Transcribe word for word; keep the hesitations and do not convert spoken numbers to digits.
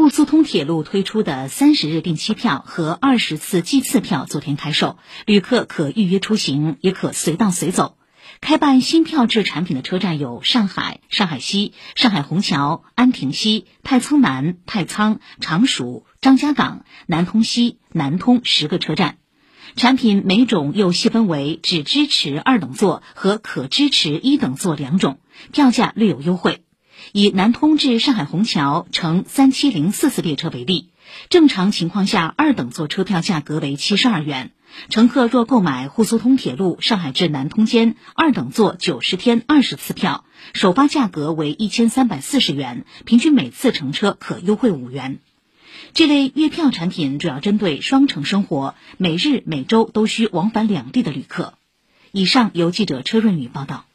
沪苏通铁路推出的三十日定期票和二十次季次票昨天开售，旅客可预约出行，也可随到随走。开办新票制产品的车站有上海、上海西、上海虹桥、安亭西、太仓南、太仓、常熟、张家港、南通西、南通十个车站。产品每种又细分为只支持二等座和可支持一等座两种，票价略有优惠。以南通至上海虹桥乘三七零四次列车为例，正常情况下二等座车票价格为七十二元。乘客若购买沪苏通铁路上海至南通间二等座九十天二十次票，首发价格为一千三百四十元，平均每次乘车可优惠五元。这类月票产品主要针对双城生活，每日每周都需往返两地的旅客。以上由记者车润宇报道。